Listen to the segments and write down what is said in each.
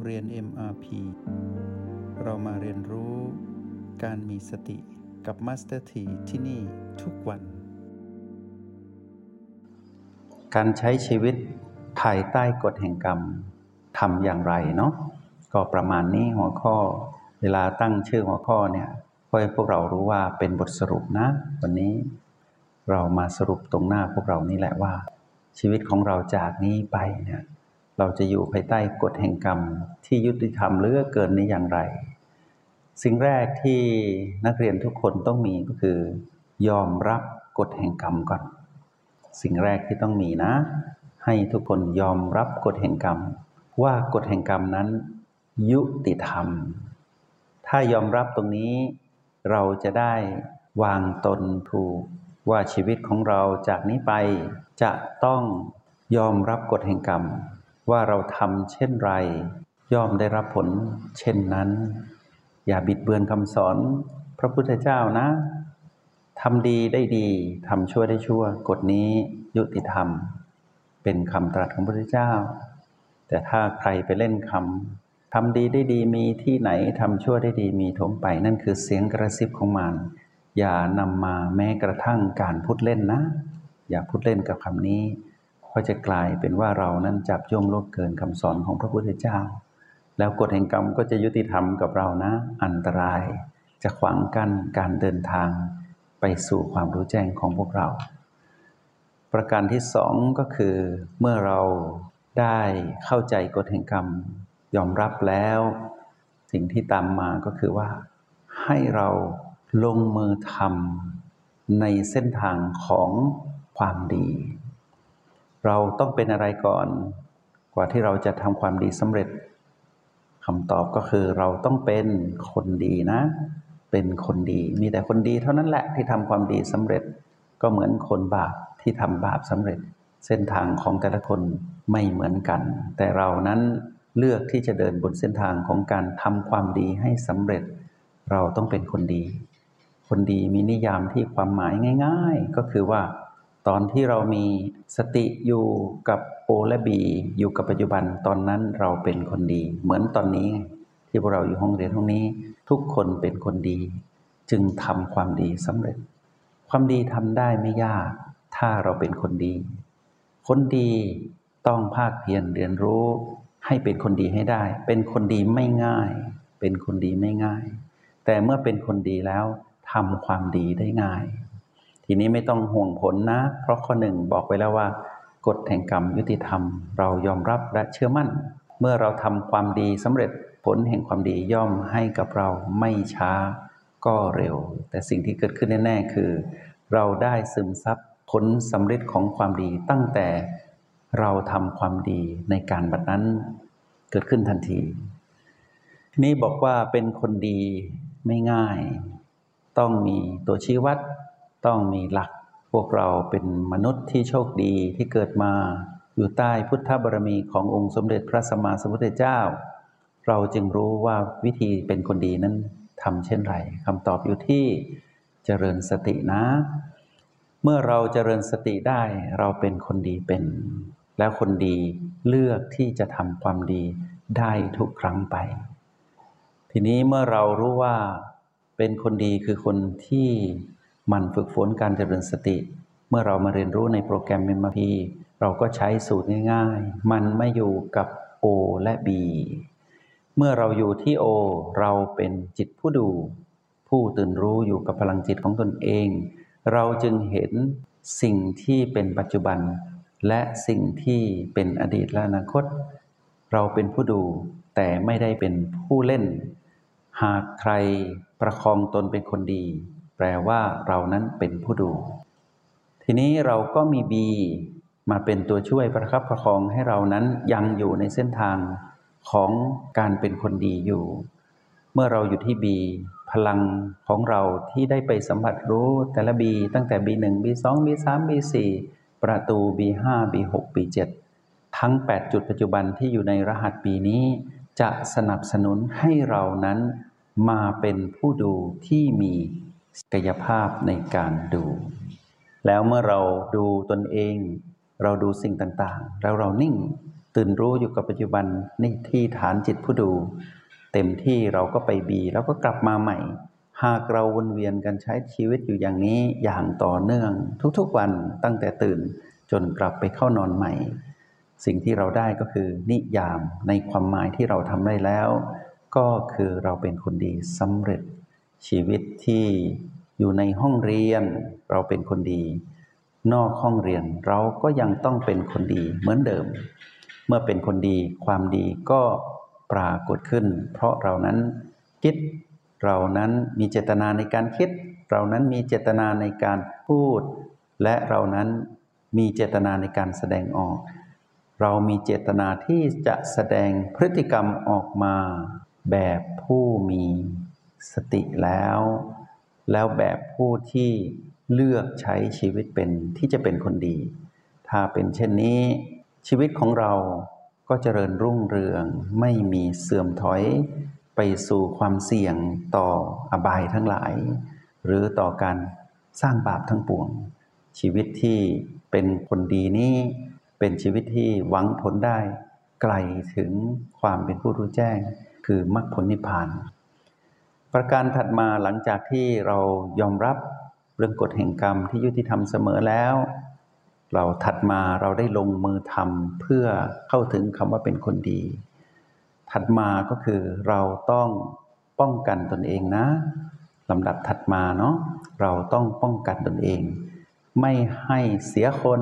เรียน MRP เรามาเรียนรู้การมีสติกับ Master T ที่นี่ทุกวันการใช้ชีวิตภายใต้กฎแห่งกรรมทำอย่างไรเนาะก็ประมาณนี้หัวข้อเวลาตั้งชื่อหัวข้อเนี่ยเพื่อให้พวกเรารู้ว่าเป็นบทสรุปนะวันนี้เรามาสรุปตรงหน้าพวกเรานี่แหละว่าชีวิตของเราจากนี้ไปเนี่ยเราจะอยู่ภายใต้กฎแห่งกรรมที่ยุติธรรมเหลือเกินนี้อย่างไรสิ่งแรกที่นักเรียนทุกคนต้องมีก็คือยอมรับกฎแห่งกรรมก่อนสิ่งแรกที่ต้องมีนะให้ทุกคนยอมรับกฎแห่งกรรมว่ากฎแห่งกรรมนั้นยุติธรรมถ้ายอมรับตรงนี้เราจะได้วางตนถูกว่าชีวิตของเราจากนี้ไปจะต้องยอมรับกฎแห่งกรรมว่าเราทำเช่นไรย่อมได้รับผลเช่นนั้นอย่าบิดเบือนคำสอนพระพุทธเจ้านะทำดีได้ดีทำชั่วได้ชั่วกฎนี้ยุติธรรมเป็นคำตรัสของพระพุทธเจ้าแต่ถ้าใครไปเล่นคำทำดีได้ดีมีที่ไหนทำชั่วได้ดีมีถมไปนั่นคือเสียงกระซิบของมารอย่านำมาแม้กระทั่งการพูดเล่นนะอย่าพูดเล่นกับคำนี้เพราะจะกลายเป็นว่าเรานั้นจับจ้วงล่วงเกินคำสอนของพระพุทธเจ้าแล้วกฎแห่งกรรมก็จะยุติธรรมกับเรานะอันตรายจะขวางกั้นการเดินทางไปสู่ความรู้แจ้งของพวกเราประการที่สองก็คือเมื่อเราได้เข้าใจกฎแห่งกรรมยอมรับแล้วสิ่งที่ตามมาก็คือว่าให้เราลงมือทำในเส้นทางของความดีเราต้องเป็นอะไรก่อนกว่าที่เราจะทำความดีสำเร็จคำตอบก็คือเราต้องเป็นคนดีนะเป็นคนดีมีแต่คนดีเท่านั้นแหละที่ทำความดีสำเร็จก็เหมือนคนบาปที่ทำบาปสำเร็จเส้นทางของแต่ละคนไม่เหมือนกันแต่เรานั้นเลือกที่จะเดินบนเส้นทางของการทำความดีให้สำเร็จเราต้องเป็นคนดีคนดีมีนิยามที่ความหมายง่ายๆก็คือว่าตอนที่เรามีสติอยู่กับโอและบีอยู่กับปัจจุบันตอนนั้นเราเป็นคนดีเหมือนตอนนี้ที่พวกเราอยู่ห้องเรียนห้องนี้ทุกคนเป็นคนดีจึงทำความดีสำเร็จความดีทำได้ไม่ยากถ้าเราเป็นคนดีคนดีต้องภาคเพียรเรียนรู้ให้เป็นคนดีให้ได้เป็นคนดีไม่ง่ายเป็นคนดีไม่ง่ายแต่เมื่อเป็นคนดีแล้วทำความดีได้ง่ายทีนี้ไม่ต้องห่วงผลนะเพราะข้อหนึ่งบอกไว้แล้วว่ากฎแห่งกรรมยุติธรรมเรายอมรับและเชื่อมั่นเมื่อเราทำความดีสำเร็จผลแห่งความดีย่อมให้กับเราไม่ช้าก็เร็วแต่สิ่งที่เกิดขึ้นแน่ๆคือเราได้ซึมซับผลสำเร็จของความดีตั้งแต่เราทำความดีในการบัดนั้นเกิดขึ้นทันทีนี่บอกว่าเป็นคนดีไม่ง่ายต้องมีตัวชี้วัดต้องมีหลักพวกเราเป็นมนุษย์ที่โชคดีที่เกิดมาอยู่ใต้พุทธบารมีขององค์สมเด็จพระสัมมาสัมพุทธเจ้าเราจึงรู้ว่าวิธีเป็นคนดีนั้นทำเช่นไรคำตอบอยู่ที่เจริญสตินะเมื่อเราเจริญสติได้เราเป็นคนดีเป็นแล้วคนดีเลือกที่จะทำความดีได้ทุกครั้งไปทีนี้เมื่อเรารู้ว่าเป็นคนดีคือคนที่มันฝึกฝนการเจริญสติเมื่อเรามาเรียนรู้ในโปรแกรม MRP เราก็ใช้สูตรง่ายๆมันไม่อยู่กับ O และ B เมื่อเราอยู่ที่ O เราเป็นจิตผู้ดูผู้ตื่นรู้อยู่กับพลังจิตของตนเองเราจึงเห็นสิ่งที่เป็นปัจจุบันและสิ่งที่เป็นอดีตและอนาคตเราเป็นผู้ดูแต่ไม่ได้เป็นผู้เล่นหากใครประคองตนเป็นคนดีแปลว่าเรานั้นเป็นผู้ดูทีนี้เราก็มี B มาเป็นตัวช่วยประคับประคองให้เรานั้นยังอยู่ในเส้นทางของการเป็นคนดีอยู่เมื่อเราอยู่ที่ B พลังของเราที่ได้ไปสัมผัสรู้แต่ละ B ตั้งแต่ B1 B2 B3 B4 ประตู B5 B6 B7 ทั้ง8จุดปัจจุบันที่อยู่ในรหัส B นี้จะสนับสนุนให้เรานั้นมาเป็นผู้ดูที่มีศักยภาพในการดูแล้วเมื่อเราดูตนเองเราดูสิ่งต่างๆแล้วเรานิ่งตื่นรู้อยู่กับปัจจุบันนี่ที่ฐานจิตผู้ดูเต็มที่เราก็ไปบีแล้วก็กลับมาใหม่หากเราวนเวียนกันใช้ชีวิตอยู่อย่างนี้อย่างต่อเนื่องทุกๆวันตั้งแต่ตื่นจนกลับไปเข้านอนใหม่สิ่งที่เราได้ก็คือนิยามในความหมายที่เราทำได้แล้วก็คือเราเป็นคนดีสำเร็จชีวิตที่อยู่ในห้องเรียนเราเป็นคนดีนอกห้องเรียนเราก็ยังต้องเป็นคนดีเหมือนเดิมเมื่อเป็นคนดีความดีก็ปรากฏขึ้นเพราะเรานั้นคิดเรานั้นมีเจตนาในการคิดเรานั้นมีเจตนาในการพูดและเรานั้นมีเจตนาในการแสดงออกเรามีเจตนาที่จะแสดงพฤติกรรมออกมาแบบผู้มีสติแล้วแบบผู้ที่เลือกใช้ชีวิตเป็นที่จะเป็นคนดีถ้าเป็นเช่นนี้ชีวิตของเราก็เจริญรุ่งเรืองไม่มีเสื่อมถอยไปสู่ความเสี่ยงต่ออบายทั้งหลายหรือต่อการสร้างบาปทั้งปวงชีวิตที่เป็นคนดีนี้เป็นชีวิตที่หวังผลได้ไกลถึงความเป็นผู้รู้แจ้งคือมรรคผลนิพพานประการถัดมาหลังจากที่เรายอมรับเรื่องกฎแห่งกรรมที่ยุติธรรมเสมอแล้วเราถัดมาเราได้ลงมือทำเพื่อเข้าถึงคำว่าเป็นคนดีถัดมาก็คือเราต้องป้องกันตนเองนะลำดับถัดมาเนาะเราต้องป้องกันตนเองไม่ให้เสียคน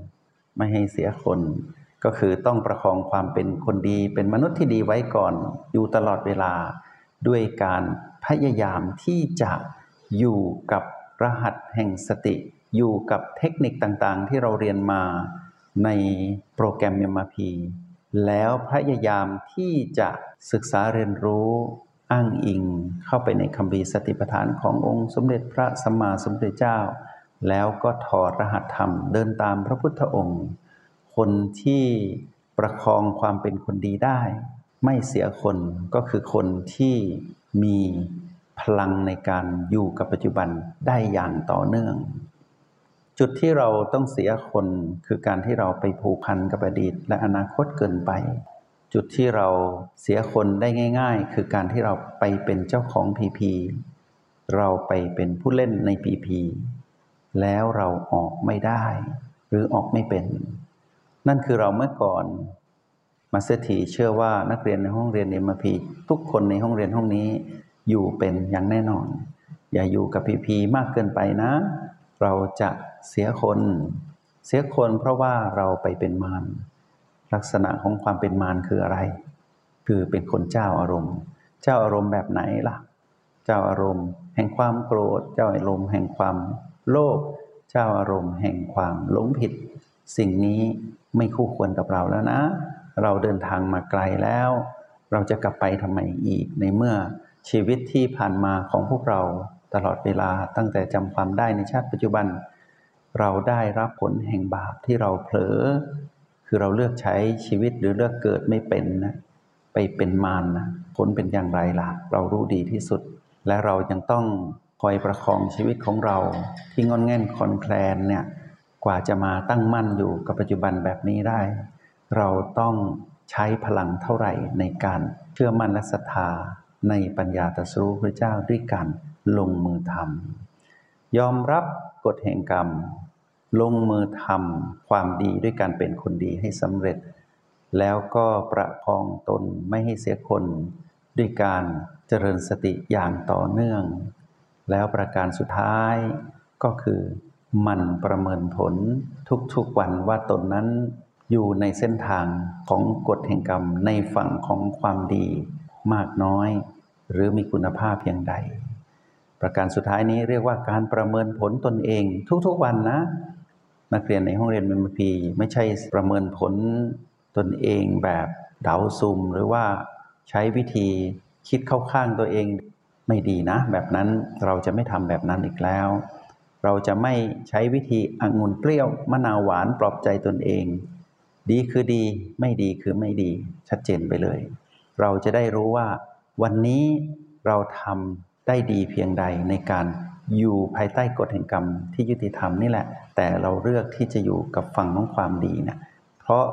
ก็คือต้องประคองความเป็นคนดีเป็นมนุษย์ที่ดีไว้ก่อนอยู่ตลอดเวลาด้วยการพยายามที่จะอยู่กับรหัสแห่งสติอยู่กับเทคนิคต่างๆที่เราเรียนมาในโปรแกรม MRP แล้วพยายามที่จะศึกษาเรียนรู้อ้างอิงเข้าไปในคัมภีร์สติปัฏฐานขององค์สมเด็จพระสัมมาสัมพุทธเจ้าแล้วก็ถอดรหัสธรรมเดินตามพระพุทธองค์คนที่ประคองความเป็นคนดีได้ไม่เสียคนก็คือคนที่มีพลังในการอยู่กับปัจจุบันได้อย่างต่อเนื่องจุดที่เราต้องเสียคนคือการที่เราไปผูกพันกับอดีตและอนาคตเกินไปจุดที่เราเสียคนได้ง่ายๆคือการที่เราไปเป็นเจ้าของPPเราไปเป็นผู้เล่นในPPแล้วเราออกไม่ได้หรือออกไม่เป็นนั่นคือเราเมื่อก่อนมาสเตอร์ทีเชื่อว่านักเรียนในห้องเรียน MRP ทุกคนในห้องเรียนห้องนี้อยู่เป็นอย่างแน่นอนอย่าอยู่กับPPมากเกินไปนะเราจะเสียคนเพราะว่าเราไปเป็นมารลักษณะของความเป็นมารคืออะไรคือเป็นคนเจ้าอารมณ์แบบไหนล่ะเจ้าอารมณ์แห่งความโกรธเจ้าอารมณ์แห่งความโลภเจ้าอารมณ์แห่งความหลงผิดสิ่งนี้ไม่คู่ควรกับเราแล้วนะเราเดินทางมาไกลแล้วเราจะกลับไปทำไมอีกในเมื่อชีวิตที่ผ่านมาของพวกเราตลอดเวลาตั้งแต่จำความได้ในชาติปัจจุบันเราได้รับผลแห่งบาปที่เราเผลอคือเราเลือกใช้ชีวิตหรือเลือกเกิดไม่เป็นนะไปเป็นมารนะผลเป็นอย่างไรล่ะเรารู้ดีที่สุดและเรายังต้องคอยประคองชีวิตของเราที่งอนแง่นคลอนแคลนเนี่ยกว่าจะมาตั้งมั่นอยู่กับปัจจุบันแบบนี้ได้เราต้องใช้พลังเท่าไหร่ในการเชื่อมั่นและศรัทธาในปัญญาตรัสรู้พระเจ้าด้วยการลงมือทำยอมรับกฎแห่งกรรมลงมือทำความดีด้วยการเป็นคนดีให้สำเร็จแล้วก็ประคองตนไม่ให้เสียคนด้วยการเจริญสติอย่างต่อเนื่องแล้วประการสุดท้ายก็คือหมั่นประเมินผลทุกๆวันว่าตนนั้นอยู่ในเส้นทางของกฎแห่งกรรมในฝั่งของความดีมากน้อยหรือมีคุณภาพเพียงใดประการสุดท้ายนี้เรียกว่าการประเมินผลตนเองทุกๆวันนะนักเรียนในห้องเรียน MRP ไม่ใช่ประเมินผลตนเองแบบเดาซุ่มหรือว่าใช้วิธีคิดเข้าข้างตัวเองไม่ดีนะแบบนั้นเราจะไม่ทำแบบนั้นอีกแล้วเราจะไม่ใช้วิธีองุ่นเปรี้ยวมะนาวหวานปลอบใจตนเองดีคือดีไม่ดีคือไม่ดีชัดเจนไปเลยเราจะได้รู้ว่าวันนี้เราทำได้ดีเพียงใดในการอยู่ภายใต้กฎแห่งกรรมที่ยุติธรรมนี่แหละแต่เราเลือกที่จะอยู่กับฝั่งของความดีนะเพราะ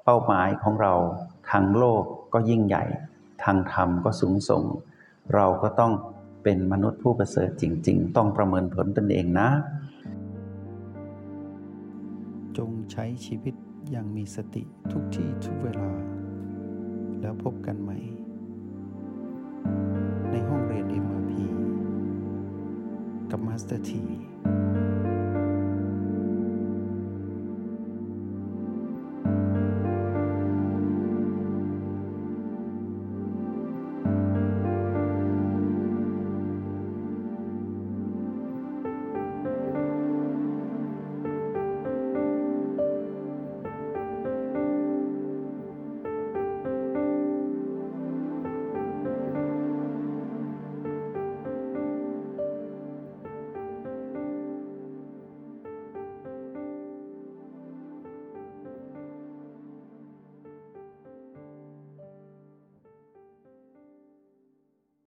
ป้าหมายของเราทางโลกก็ยิ่งใหญ่ทางธรรมก็สูงส่งเราก็ต้องเป็นมนุษย์ผู้ประเสริฐจริงๆต้องประเมินผลตนเองนะจงใช้ชีวิตอย่างมีสติทุกที่ทุกเวลาแล้วพบกันใหม่ในห้องเรียน MRP กับมาสเตอร์ที